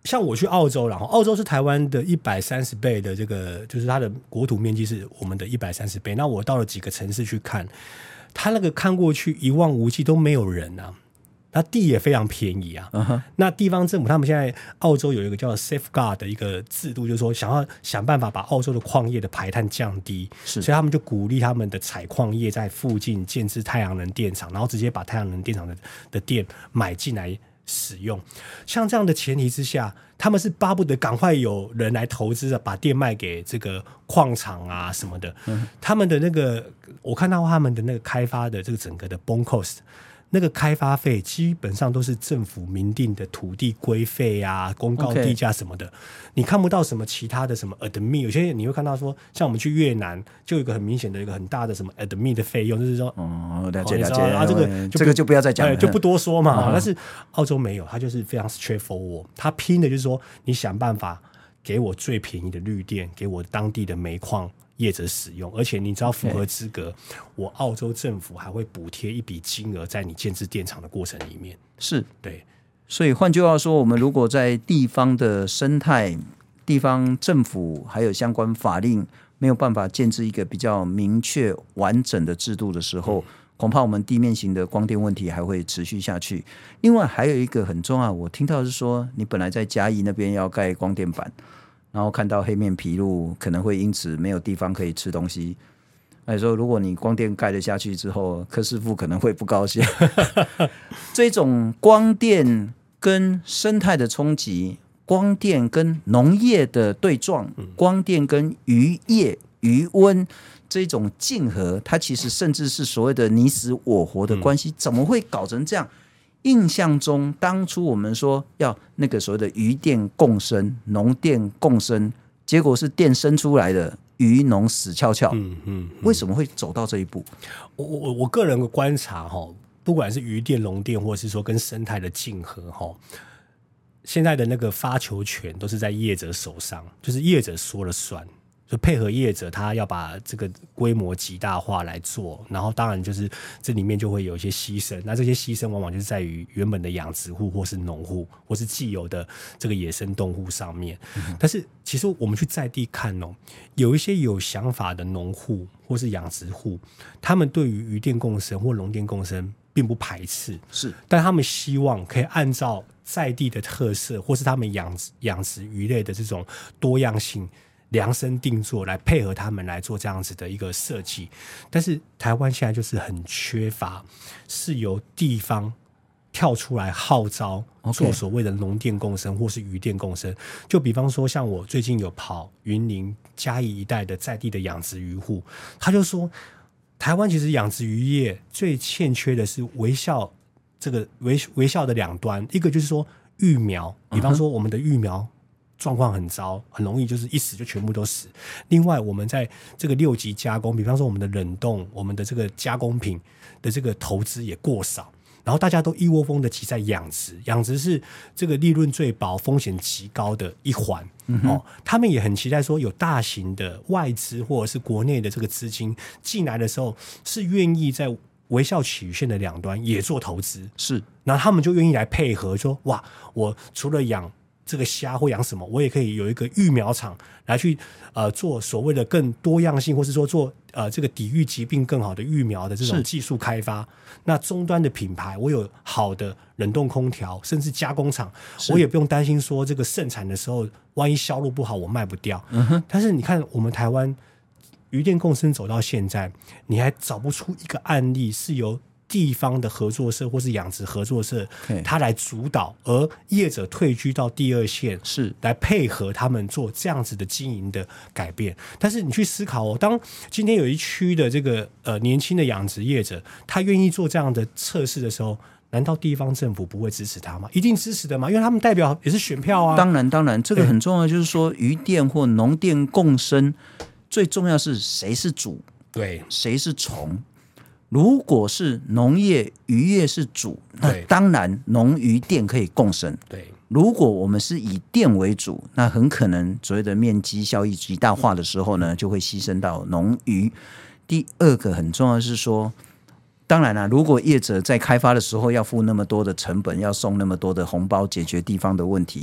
像我去澳洲，然后澳洲是台湾的130倍的这个，就是它的国土面积是我们的130倍。那我到了几个城市去看，它那个看过去一望无际都没有人啊，那地也非常便宜啊。那地方政府他们现在澳洲有一个叫 Safeguard 的一个制度，就是说想办法把澳洲的矿业的排碳降低，所以他们就鼓励他们的采矿业在附近建置太阳能电厂，然后直接把太阳能电厂的电买进来使用。像这样的前提之下，他们是巴不得赶快有人来投资，把电卖给这个矿场啊什么的。他们的那个，我看到他们的那个开发的这个整个的 bone cost， 那个开发费基本上都是政府明定的土地规费啊、公告地价什么的。你看不到什么其他的什么 admin， 有些你会看到说，像我们去越南就有一个很明显的一个很大的什么 admin 的费用，就是说， 了解， 啊，这个就不要再讲了， 就不多说嘛。但是澳洲没有，它就是非常 straightforward， 它拼的就是说，你想办法给我最便宜的绿电，给我当地的煤矿业者使用，而且你只要符合资格，我澳洲政府还会补贴一笔金额在你建置电厂的过程里面。 是， 对。 所以换句话说，我们如果在地方的生态、地方政府还有相关法令没有办法建置一个比较明确完整的制度的时候，恐怕我们地面型的光电问题还会持续下去。另外还有一个很重要，我听到是说，你本来在嘉义那边要盖光电板，然后看到黑面琵鹭可能会因此没有地方可以吃东西。那说如果你光电盖了下去之后，柯师傅可能会不高兴。这种光电跟生态的冲击，光电跟农业的对撞，光电跟渔业、渔温这种竞合，它其实甚至是所谓的你死我活的关系，怎么会搞成这样？印象中当初我们说要那个所谓的渔电共生、农电共生，结果是电生出来的，渔农死翘翘。为什么会走到这一步？ 我个人的观察，不管是渔电、农电，或是说跟生态的竞合，现在的那个发球权都是在业者手上，就是业者说了算，就配合业者他要把这个规模极大化来做，然后当然就是这里面就会有一些牺牲，那这些牺牲往往就是在于原本的养殖户或是农户或是既有的这个野生动物上面。但是其实我们去在地看有一些有想法的农户或是养殖户，他们对于渔电共生或农电共生并不排斥， 是， 但他们希望可以按照在地的特色或是他们养殖鱼类的这种多样性量身定做来配合他们来做这样子的一个设计。但是台湾现在就是很缺乏是由地方跳出来号召做所谓的农电共生或是渔电共生。就比方说像我最近有跑云林嘉义一带的在地的养殖渔户，他就说台湾其实养殖渔业最欠缺的是微笑的两端，一个就是说育苗，比方说我们的育苗状况很糟，很容易就是一死就全部都死。另外我们在这个6级加工，比方说我们的冷冻，我们的这个加工品的这个投资也过少，然后大家都一窝蜂的挤在养殖，养殖是这个利润最薄、风险极高的一环。他们也很期待说有大型的外资或者是国内的这个资金进来的时候，是愿意在微笑曲线的两端也做投资， 是， 然后他们就愿意来配合说，哇，我除了养这个虾或养什么，我也可以有一个育苗场来去做所谓的更多样性，或是说做这个抵御疾病更好的育苗的这种技术开发。那终端的品牌，我有好的冷冻空调，甚至加工厂，我也不用担心说这个盛产的时候，万一销路不好，我卖不掉。但是你看我们台湾渔电共生走到现在，你还找不出一个案例是由地方的合作社或是养殖合作社他来主导，而业者退居到第二线，是来配合他们做这样子的经营的改变。但是你去思考当今天有一区的这个年轻的养殖业者，他愿意做这样的测试的时候，难道地方政府不会支持他吗？一定支持的嘛，因为他们代表也是选票啊。 当然这个很重要，就是说渔电或农电共生，最重要是谁是主， 对， 谁是从。如果是农业、渔业是主，那当然农渔电可以共生。 对， 如果我们是以电为主，那很可能所谓的面积效益极大化的时候呢，就会牺牲到农渔。第二个很重要的是说，当然啦，如果业者在开发的时候要付那么多的成本，要送那么多的红包解决地方的问题，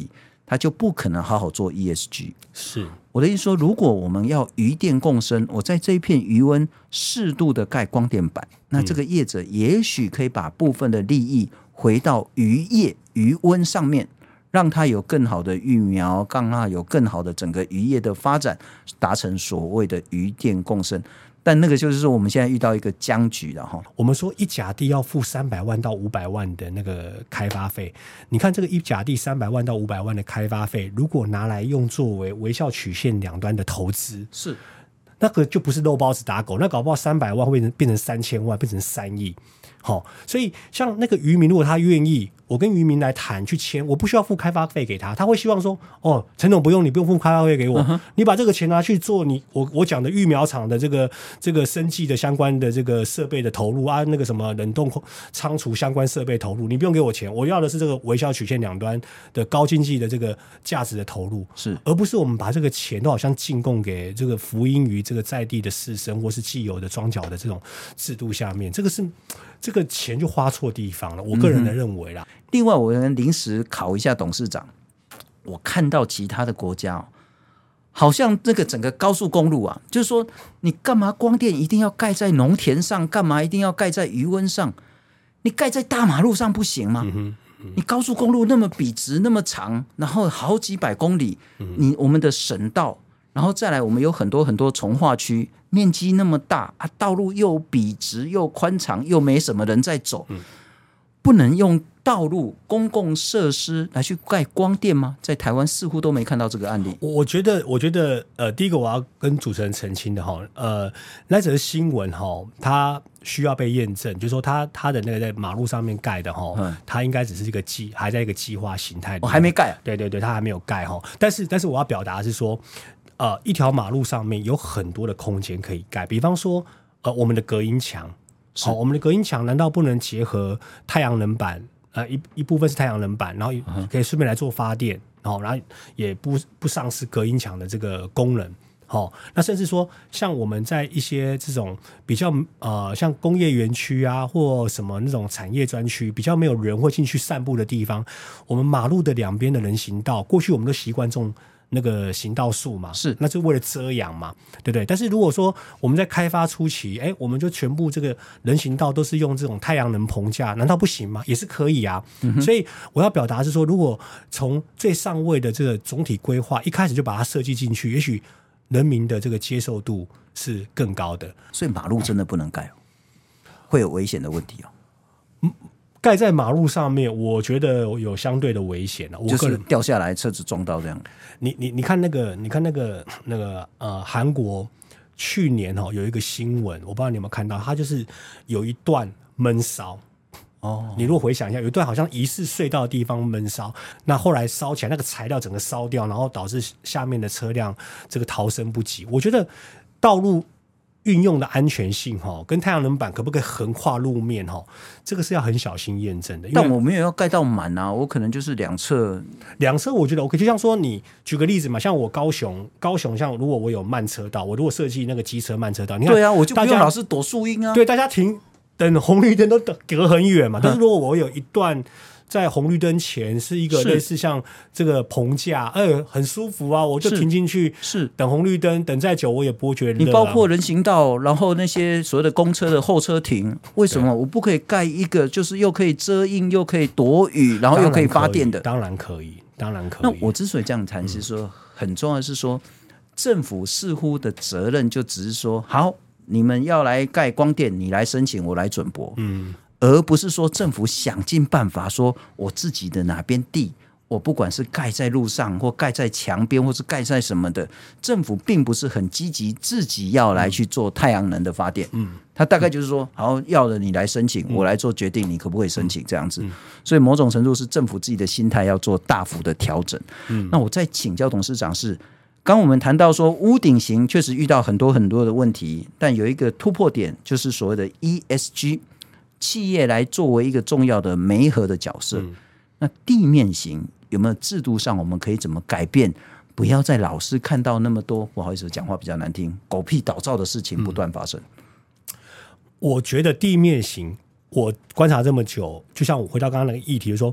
它就不可能好好做 ESG。 是我的意思说，如果我们要余电共生，我在这一片余温适度的盖光电板，那这个业者也许可以把部分的利益回到渔业余温上面，让它有更好的育苗，让它有更好的整个渔业的发展，达成所谓的余电共生。但那个就是说，我们现在遇到一个僵局了哈。 我们说一甲地要付300万到500万的那个开发费，你看这个一甲地300万到500万的开发费，如果拿来用作为微笑曲线两端的投资， 是那个就不是肉包子打狗，那搞不好300万会变成3000万，变成3亿。好，所以像那个渔民，如果他愿意，我跟渔民来谈去签，我不需要付开发费给他，他会希望说，哦，陈总不用，你不用付开发费给我，你把这个钱拿去做我讲的育苗场的这个生技的相关的这个设备的投入啊，那个什么冷冻仓储相关设备投入，你不用给我钱，我要的是这个微笑曲线两端的高经济的这个价值的投入， 是， 而不是我们把这个钱都好像进贡给这个福音于这个在地的士绅或是既有的庄脚的这种制度下面，这个钱就花错地方了，我个人的认为啦。 另外，我临时考一下董事长，我看到其他的国家好像这个整个高速公路啊，就是说你干嘛光电一定要盖在农田上，干嘛一定要盖在余温上？你盖在大马路上不行吗？你高速公路那么笔直那么长，然后好几百公里，我们的省道，然后再来我们有很多很多从化区，面积那么大啊，道路又笔直又宽敞，又没什么人在走，不能用道路公共设施来去盖光电吗？在台湾似乎都没看到这个案例。 我觉得第一个我要跟主持人澄清的那则新闻它需要被验证，就是说它的那个在马路上面盖的它应该只是一个还在一个计划形态里面， 还没盖啊？ 对，它还没有盖但是我要表达的是说，一条马路上面有很多的空间可以盖，比方说我们的隔音墙。我们的隔音墙难道不能结合太阳能板？一部分是太阳能板，然后可以顺便来做发电，然后也不丧失隔音墙的这个功能。那甚至说，像我们在一些这种比较像工业园区啊，或什么那种产业专区，比较没有人会进去散步的地方，我们马路的两边的人行道，过去我们都习惯种那个行道树嘛， 是， 那是为了遮阳嘛，对不对？但是如果说我们在开发初期，我们就全部这个人行道都是用这种太阳能棚架，难道不行吗？也是可以啊。所以我要表达是说，如果从最上位的这个总体规划一开始就把它设计进去，也许人民的这个接受度是更高的。 所以马路真的不能盖会有危险的问题盖在马路上面，我觉得有相对的危险了。 就是掉下来，车子撞到这样。 你看那个韩国去年有一个新闻，我不知道你有没有看到，它就是有一段闷烧。你如果回想一下，有一段好像疑似隧道的地方闷烧，那后来烧起来，那个材料整个烧掉，然后导致下面的车辆这个逃生不及。我觉得道路运用的安全性跟太阳能板可不可以横跨路面这个是要很小心验证的。 但我没有要盖到满啊，我可能就是两侧我觉得 OK。就像说你举个例子嘛，像我高雄像如果我有慢车道，我如果设计那个机车慢车道，你看对啊，我就不用老是躲树荫啊。 对，大家等红绿灯都隔很远嘛。但是如果我有一段在红绿灯前是一个类似像这个棚架，很舒服啊，我就停进去， 是等红绿灯，等再久我也不会觉得热啊。 你包括人行道，然后那些所谓的公车的候车亭，为什么我不可以盖一个就是又可以遮阴又可以躲雨，然后又可以发电的？ 当然可以。 那我之所以这样谈，是说很重要的是说，政府似乎的责任就只是说，好，你们要来盖光电，你来申请，我来准驳。而不是说政府想尽办法说我自己的哪边地，我不管是盖在路上或盖在墙边或是盖在什么的，政府并不是很积极自己要来去做太阳能的发电。他大概就是说，好，要了你来申请，我来做决定，你可不可以申请这样子。所以某种程度是政府自己的心态要做大幅的调整。那我再请教董事长是，刚我们谈到说屋顶型确实遇到很多很多的问题，但有一个突破点就是所谓的 ESG。企业来作为一个重要的媒合的角色，那地面型有没有制度上我们可以怎么改变？不要再老是看到那么多，不好意思，讲话比较难听，狗屁倒灶的事情不断发生。 我觉得地面型，我观察这么久，就像我回到刚刚那个议题，就是说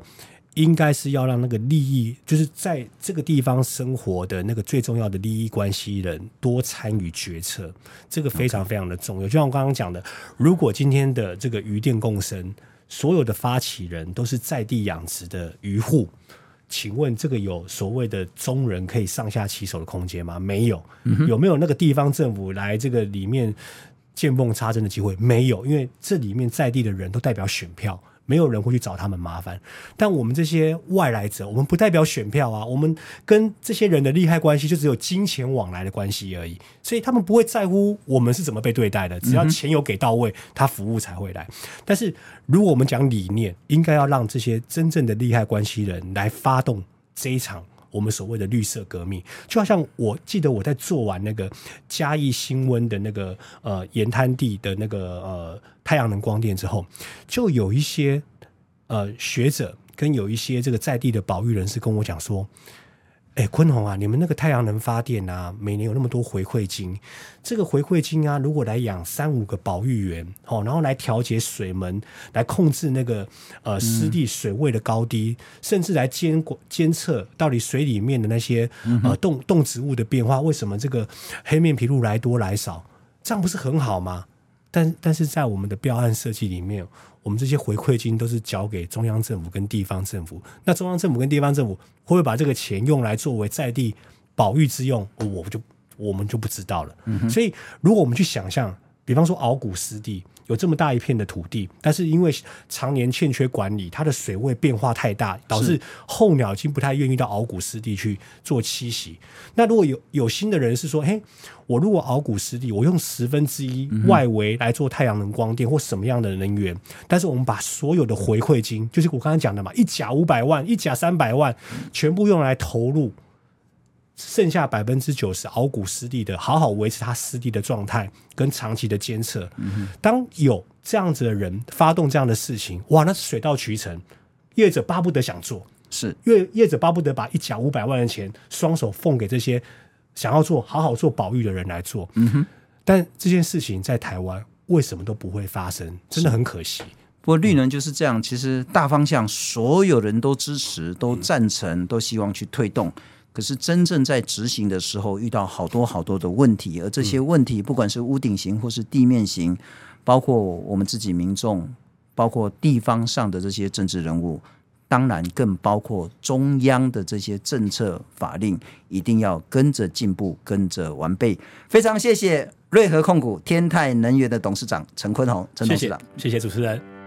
应该是要让那个利益，就是在这个地方生活的那个最重要的利益关系人多参与决策，这个非常非常的重要。就像我刚刚讲的，如果今天的这个渔电共生，所有的发起人都是在地养殖的渔户，请问这个有所谓的中人可以上下其手的空间吗？没有。有没有那个地方政府来这个里面见缝插针的机会？没有，因为这里面在地的人都代表选票，没有人会去找他们麻烦。但我们这些外来者，我们不代表选票啊，我们跟这些人的利害关系就只有金钱往来的关系而已，所以他们不会在乎我们是怎么被对待的，只要钱有给到位，他服务才会来。但是如果我们讲理念，应该要让这些真正的利害关系人来发动这一场我们所谓的绿色革命。就好像我记得我在做完那个嘉义新温的那个盐滩地的那个太阳能光电之后，就有一些学者跟有一些这个在地的保育人士跟我讲说，昆宏啊，你们那个太阳能发电啊，每年有那么多回馈金，这个回馈金啊，如果来养3-5个保育员，然后来调节水门，来控制那个湿地水位的高低，甚至来监测到底水里面的那些动植物的变化，为什么这个黑面琵鹭来多来少，这样不是很好吗？但是在我们的标案设计里面，我们这些回馈金都是交给中央政府跟地方政府，那中央政府跟地方政府会不会把这个钱用来作为在地保育之用，我们就不知道了。所以如果我们去想象，比方说鳌骨湿地有这么大一片的土地，但是因为常年欠缺管理，它的水位变化太大，导致候鸟已经不太愿意到鳌骨湿地去做栖息。那如果有新的人是说，我如果鳌骨湿地我用1/10外围来做太阳能光电或什么样的能源，但是我们把所有的回馈金，就是我刚才讲的嘛，一甲500万，一甲300万，全部用来投入，剩下90%鳌骨湿地的好好维持它湿地的状态跟长期的监测。当有这样子的人发动这样的事情，哇，那是水到渠成，业者巴不得想做， 是因为业者巴不得把一甲500万的钱双手奉给这些想要好好做保育的人来做。但这件事情在台湾为什么都不会发生？真的很可惜。 不过绿能就是这样，其实大方向所有人都支持，都赞成，都希望去推动。可是真正在执行的时候，遇到好多的问题，而这些问题不管是屋顶型或是地面型，包括我们自己民众，包括地方上的这些政治人物，当然更包括中央的这些政策法令，一定要跟着进步，跟着完备。非常谢谢瑞和控股天泰能源的董事长陈坤宏陈董事长， 谢谢主持人。